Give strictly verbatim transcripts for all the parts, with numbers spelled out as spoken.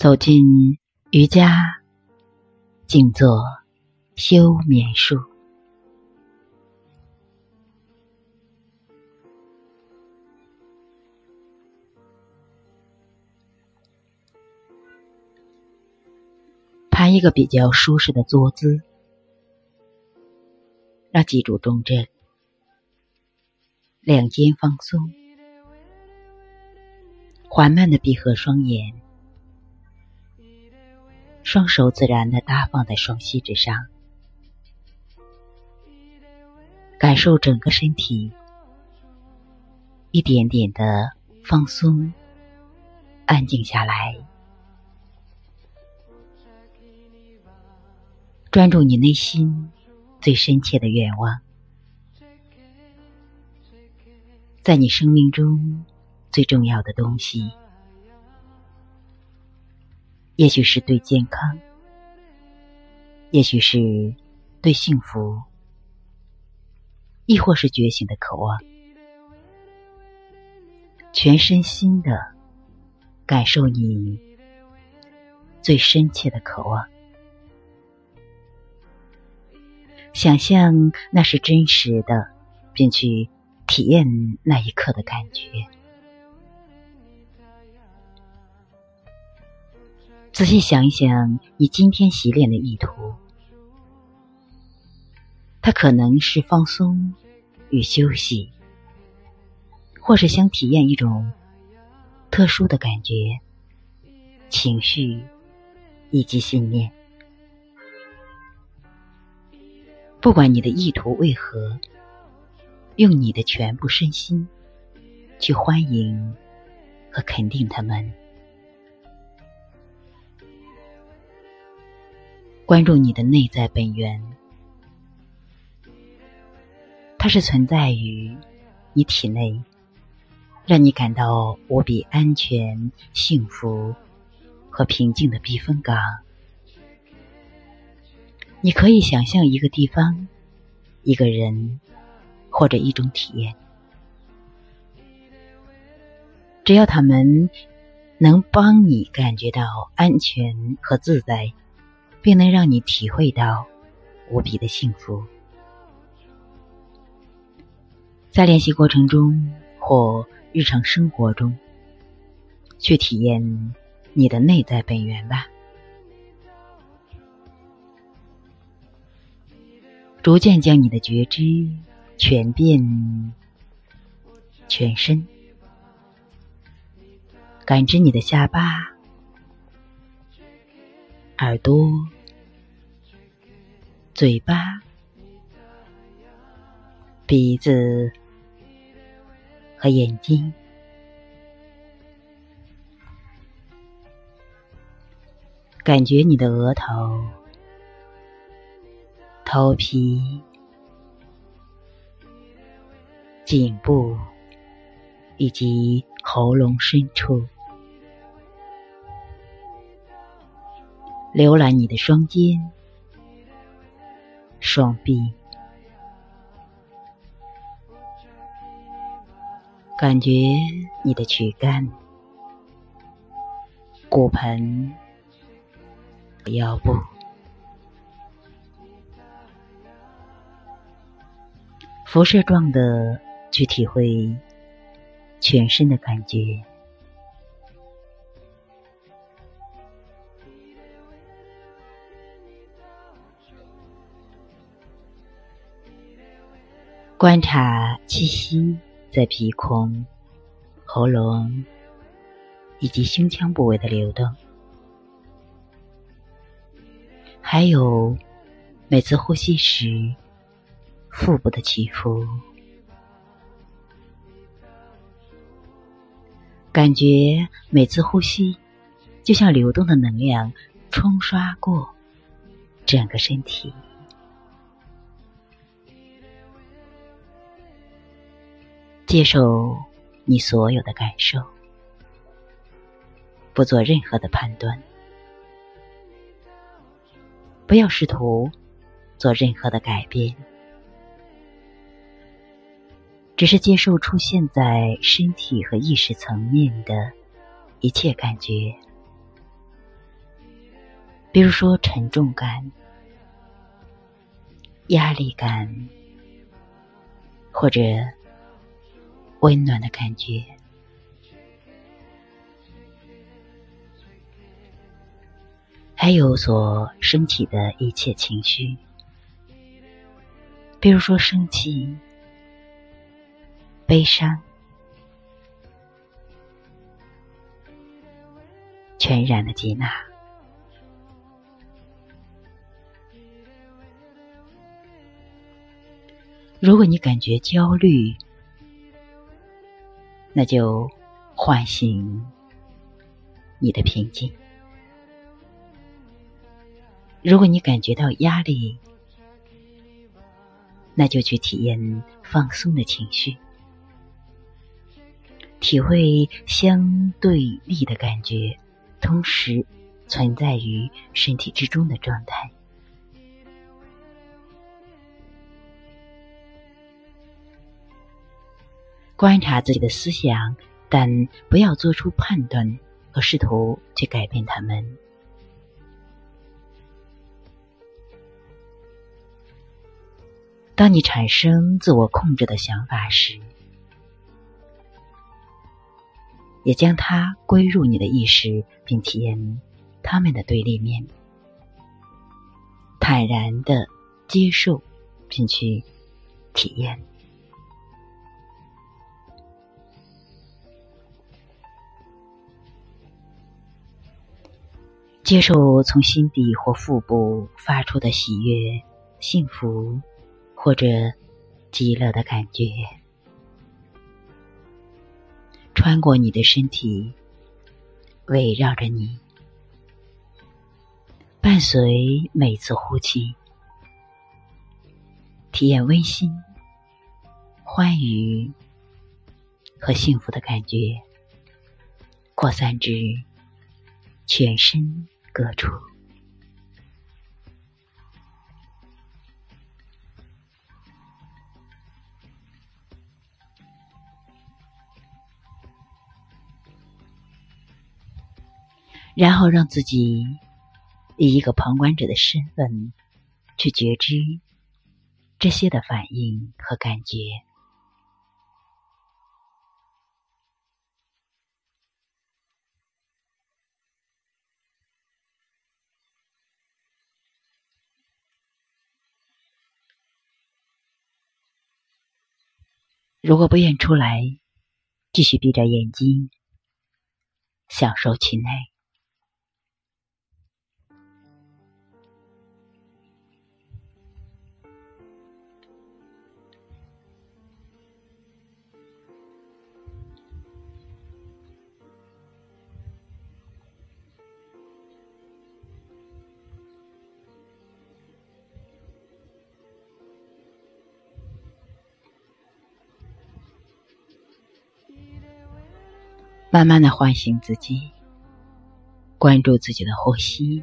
走进瑜伽，静坐休眠术。盘一个比较舒适的坐姿，让脊柱中正，两肩放松，缓慢地闭合双眼，双手自然地搭放在双膝之上，感受整个身体一点点的放松安静下来，专注你内心最深切的愿望，在你生命中最重要的东西，也许是对健康，也许是对幸福，亦或是觉醒的渴望，全身心的感受你最深切的渴望，想象那是真实的，并去体验那一刻的感觉。仔细想一想你今天习练的意图，它可能是放松与休息，或是想体验一种特殊的感觉、情绪以及信念。不管你的意图为何，用你的全部身心去欢迎和肯定它们。关注你的内在本源，它是存在于你体内，让你感到无比安全、幸福和平静的避风港。你可以想象一个地方、一个人或者一种体验，只要他们能帮你感觉到安全和自在，并能让你体会到无比的幸福。在练习过程中或日常生活中，去体验你的内在本源吧。逐渐将你的觉知全遍全身，感知你的下巴、耳朵、嘴巴、鼻子和眼睛，感觉你的额头、头皮、颈部以及喉咙深处，浏览你的双肩、双臂，感觉你的躯干、骨盆、腰部，辐射状的去体会全身的感觉。观察气息在鼻孔、喉咙以及胸腔部位的流动，还有每次呼吸时腹部的起伏，感觉每次呼吸就像流动的能量冲刷过整个身体。接受你所有的感受，不做任何的判断，不要试图做任何的改变，只是接受出现在身体和意识层面的一切感觉， 比如说沉重感、压力感，或者温暖的感觉。还有所升起的一切情绪，比如说生气、悲伤，全然的接纳。如果你感觉焦虑，那就唤醒你的平静。如果你感觉到压力，那就去体验放松的情绪，体会相对立的感觉，同时存在于身体之中的状态。观察自己的思想，但不要做出判断和试图去改变它们。当你产生自我控制的想法时，也将它归入你的意识，并体验它们的对立面，坦然地接受并去体验。接受从心底或腹部发出的喜悦、幸福或者极乐的感觉，穿过你的身体，围绕着你，伴随每次呼气，体验温馨、欢愉和幸福的感觉，扩散至全身各处。然后让自己以一个旁观者的身份去觉知这些的反应和感觉。如果不愿出来，继续闭着眼睛，享受其内。慢慢的唤醒自己，关注自己的呼吸，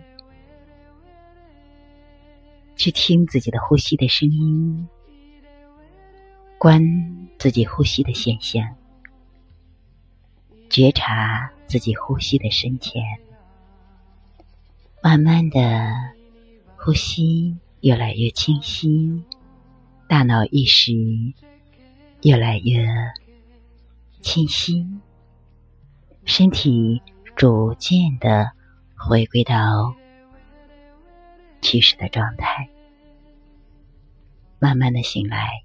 去听自己的呼吸的声音，观自己呼吸的现象，觉察自己呼吸的深浅。慢慢的呼吸越来越清晰，大脑意识越来越清晰，身体逐渐的回归到趋势的状态，慢慢的醒来，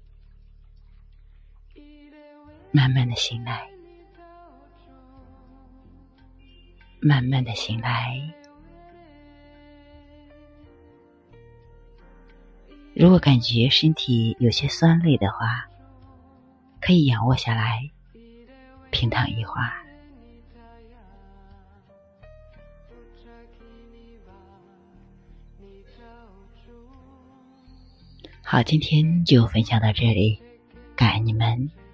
慢慢的醒来，慢慢的醒来。如果感觉身体有些酸累的话，可以仰卧下来，平躺一会儿。好，今天就分享到这里，感恩你们。